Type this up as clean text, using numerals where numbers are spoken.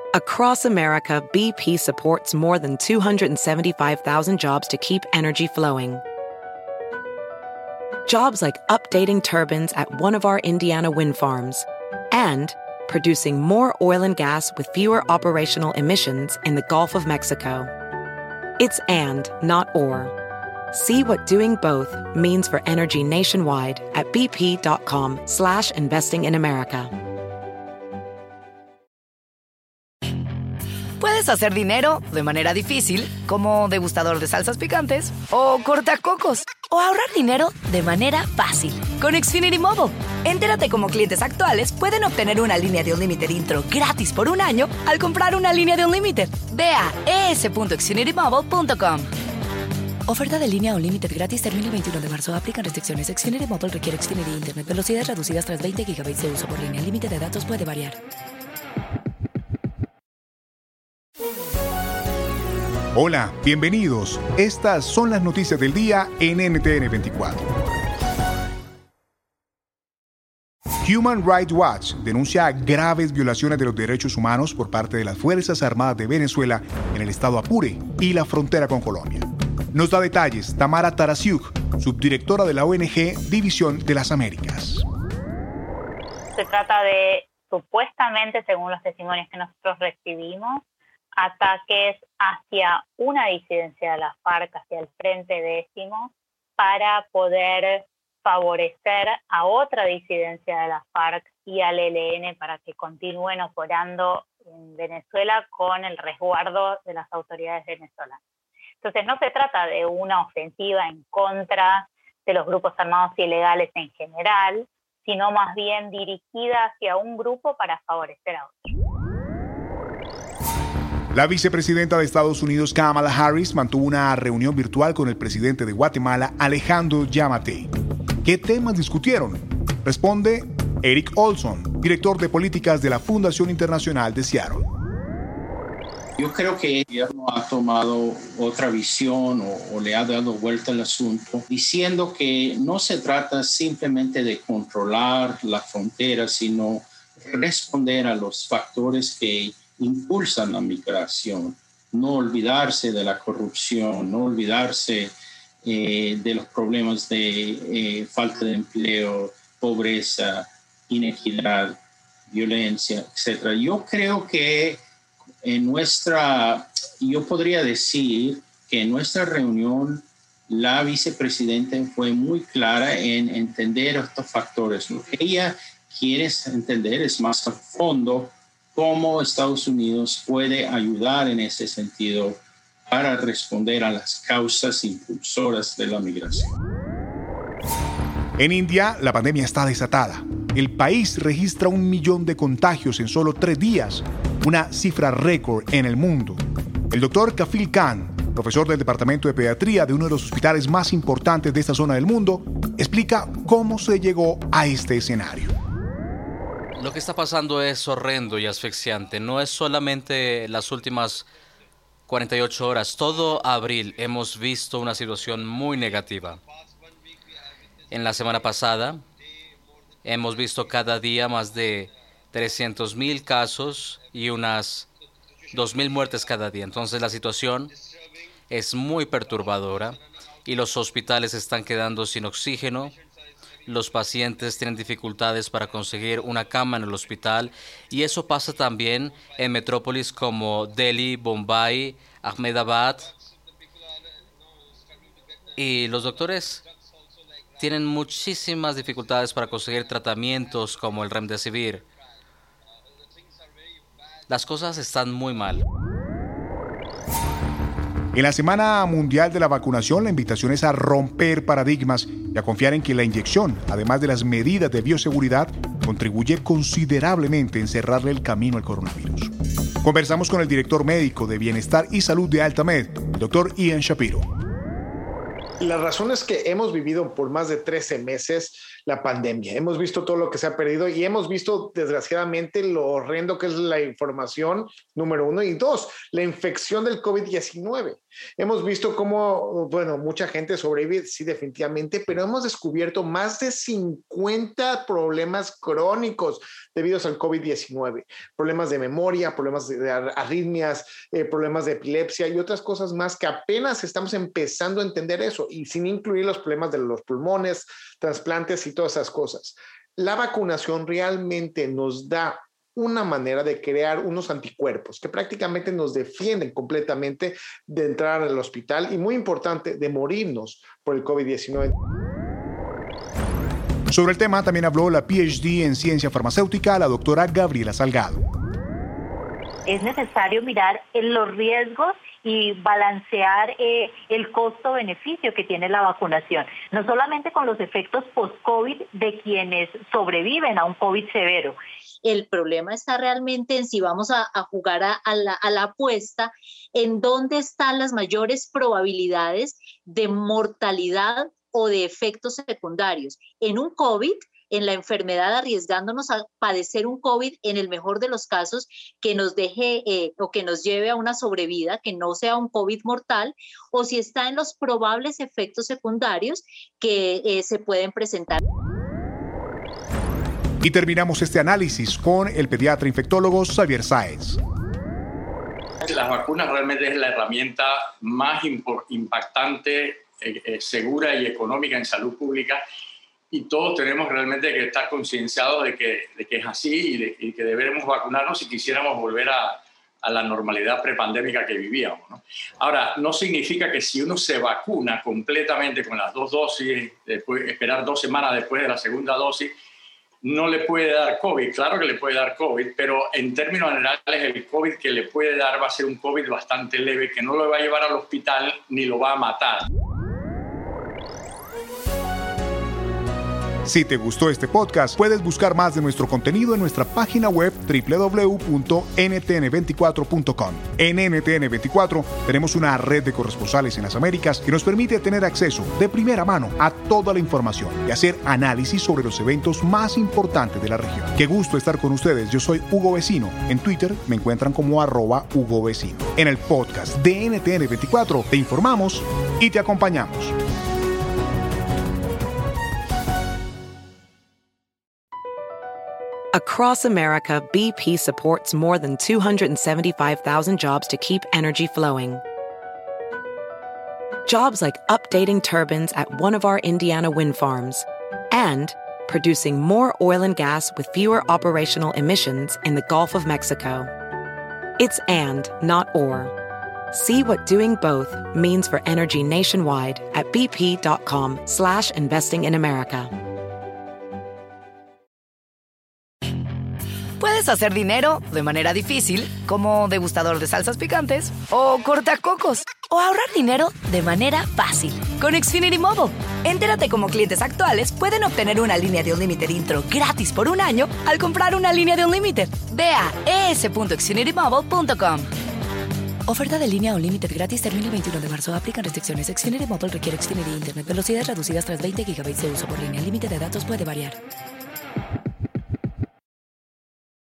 Across America, BP supports more than 275,000 jobs to keep energy flowing. Jobs like updating turbines at one of our Indiana wind farms and producing more oil and gas with fewer operational emissions in the Gulf of Mexico. It's and, not or. See what doing both means for energy nationwide at bp.com/investing in America. Puedes hacer dinero de manera difícil, como degustador de salsas picantes, o cortacocos, o ahorrar dinero de manera fácil con Xfinity Mobile. Entérate cómo clientes actuales pueden obtener una línea de Unlimited intro gratis por un año al comprar una línea de Unlimited. Ve a es.xfinitymobile.com. Oferta de línea Unlimited gratis termina el 21 de marzo. Aplican restricciones. Xfinity Mobile requiere Xfinity Internet. Velocidades reducidas tras 20 GB de uso por línea. El límite de datos puede variar. Hola, bienvenidos. Estas son las noticias del día en NTN 24. Human Rights Watch denuncia graves violaciones de los derechos humanos por parte de las Fuerzas Armadas de Venezuela en el estado Apure y la frontera con Colombia. Nos da detalles Tamara Tarasiuk, subdirectora de la ONG División de las Américas. Se trata de, supuestamente, según los testimonios que nosotros recibimos, ataques hacia una disidencia de la FARC, hacia el Frente Décimo, para poder favorecer a otra disidencia de la FARC y al ELN para que continúen operando en Venezuela con el resguardo de las autoridades venezolanas. Entonces no se trata de una ofensiva en contra de los grupos armados ilegales en general, sino más bien dirigida hacia un grupo para favorecer a otro. La vicepresidenta de Estados Unidos, Kamala Harris, mantuvo una reunión virtual con el presidente de Guatemala, Alejandro Giammattei. ¿Qué temas discutieron? Responde Eric Olson, director de políticas de la Fundación Internacional de Seattle. Yo creo que el gobierno ha tomado otra visión o le ha dado vuelta al asunto, diciendo que no se trata simplemente de controlar la frontera, sino responder a los factores que impulsan la migración, no olvidarse de la corrupción, no olvidarse de los problemas de falta de empleo, pobreza, inequidad, violencia, etc. Yo creo que yo podría decir que en nuestra reunión la vicepresidenta fue muy clara en entender estos factores. Lo que ella quiere entender es más a fondo cómo Estados Unidos puede ayudar en ese sentido para responder a las causas impulsoras de la migración. En India, la pandemia está desatada. El país registra 1 millón de contagios en solo 3 días, una cifra récord en el mundo. El doctor Kafil Khan, profesor del Departamento de Pediatría de uno de los hospitales más importantes de esta zona del mundo, explica cómo se llegó a este escenario. Lo que está pasando es horrendo y asfixiante. No es solamente las últimas 48 horas. Todo abril hemos visto una situación muy negativa. En la semana pasada hemos visto cada día más de 300,000 casos y unas 2,000 muertes cada día. Entonces la situación es muy perturbadora y los hospitales están quedando sin oxígeno. Los pacientes tienen dificultades para conseguir una cama en el hospital y eso pasa también en metrópolis como Delhi, Bombay, Ahmedabad. Y los doctores tienen muchísimas dificultades para conseguir tratamientos como el Remdesivir. Las cosas están muy mal. En la Semana Mundial de la Vacunación, la invitación es a romper paradigmas y a confiar en que la inyección, además de las medidas de bioseguridad, contribuye considerablemente en cerrarle el camino al coronavirus. Conversamos con el director médico de Bienestar y Salud de Altamed, el doctor Ian Shapiro. La razón es que hemos vivido por más de 13 meses la pandemia. Hemos visto todo lo que se ha perdido y hemos visto, desgraciadamente, lo horrendo que es la información, número uno, y dos, la infección del COVID-19. Hemos visto cómo, bueno, mucha gente sobrevive, sí, definitivamente, pero hemos descubierto más de 50 problemas crónicos debidos al COVID-19. Problemas de memoria, problemas de arritmias, problemas de epilepsia y otras cosas más que apenas estamos empezando a entender eso, y sin incluir los problemas de los pulmones, trasplantes y todas esas cosas. La vacunación realmente nos da una manera de crear unos anticuerpos que prácticamente nos defienden completamente de entrar al hospital y, muy importante, de morirnos por el COVID-19. Sobre el tema también habló la PhD en ciencia farmacéutica, la doctora Gabriela Salgado. Es necesario mirar los riesgos y balancear el costo-beneficio que tiene la vacunación, no solamente con los efectos post-COVID de quienes sobreviven a un COVID severo. El problema está realmente en si vamos a jugar a la apuesta en dónde están las mayores probabilidades de mortalidad o de efectos secundarios. En un COVID, en la enfermedad, arriesgándonos a padecer un COVID, en el mejor de los casos, que nos deje o que nos lleve a una sobrevida, que no sea un COVID mortal, o si está en los probables efectos secundarios que se pueden presentar. Y terminamos este análisis con el pediatra infectólogo Xavier Sáez. Las vacunas realmente es la herramienta más impactante, segura y económica en salud pública, y todos tenemos realmente que estar concienciados de que es así y que deberemos vacunarnos si quisiéramos volver a la normalidad prepandémica que vivíamos, ¿no? Ahora, no significa que si uno se vacuna completamente con las 2 dosis, después esperar 2 semanas después de la segunda dosis, no le puede dar COVID. Claro que le puede dar COVID, pero en términos generales el COVID que le puede dar va a ser un COVID bastante leve, que no lo va a llevar al hospital ni lo va a matar. Si te gustó este podcast, puedes buscar más de nuestro contenido en nuestra página web www.ntn24.com. En NTN24 tenemos una red de corresponsales en las Américas que nos permite tener acceso de primera mano a toda la información y hacer análisis sobre los eventos más importantes de la región. Qué gusto estar con ustedes. Yo soy Hugo Vecino. En Twitter me encuentran como @HugoVecino. En el podcast de NTN24 te informamos y te acompañamos. Across America, BP supports more than 275,000 jobs to keep energy flowing. Jobs like updating turbines at one of our Indiana wind farms and producing more oil and gas with fewer operational emissions in the Gulf of Mexico. It's and, not or. See what doing both means for energy nationwide at bp.com/investing in America. Puedes hacer dinero de manera difícil, como degustador de salsas picantes, o cortacocos, o ahorrar dinero de manera fácil con Xfinity Mobile. Entérate cómo clientes actuales pueden obtener una línea de Unlimited intro gratis por 1 año al comprar una línea de Unlimited. Ve a es.xfinitymobile.com. Oferta de línea Unlimited gratis termina el 21 de marzo. Aplican restricciones. Xfinity Mobile requiere Xfinity Internet. Velocidades reducidas tras 20 GB de uso por línea. El límite de datos puede variar.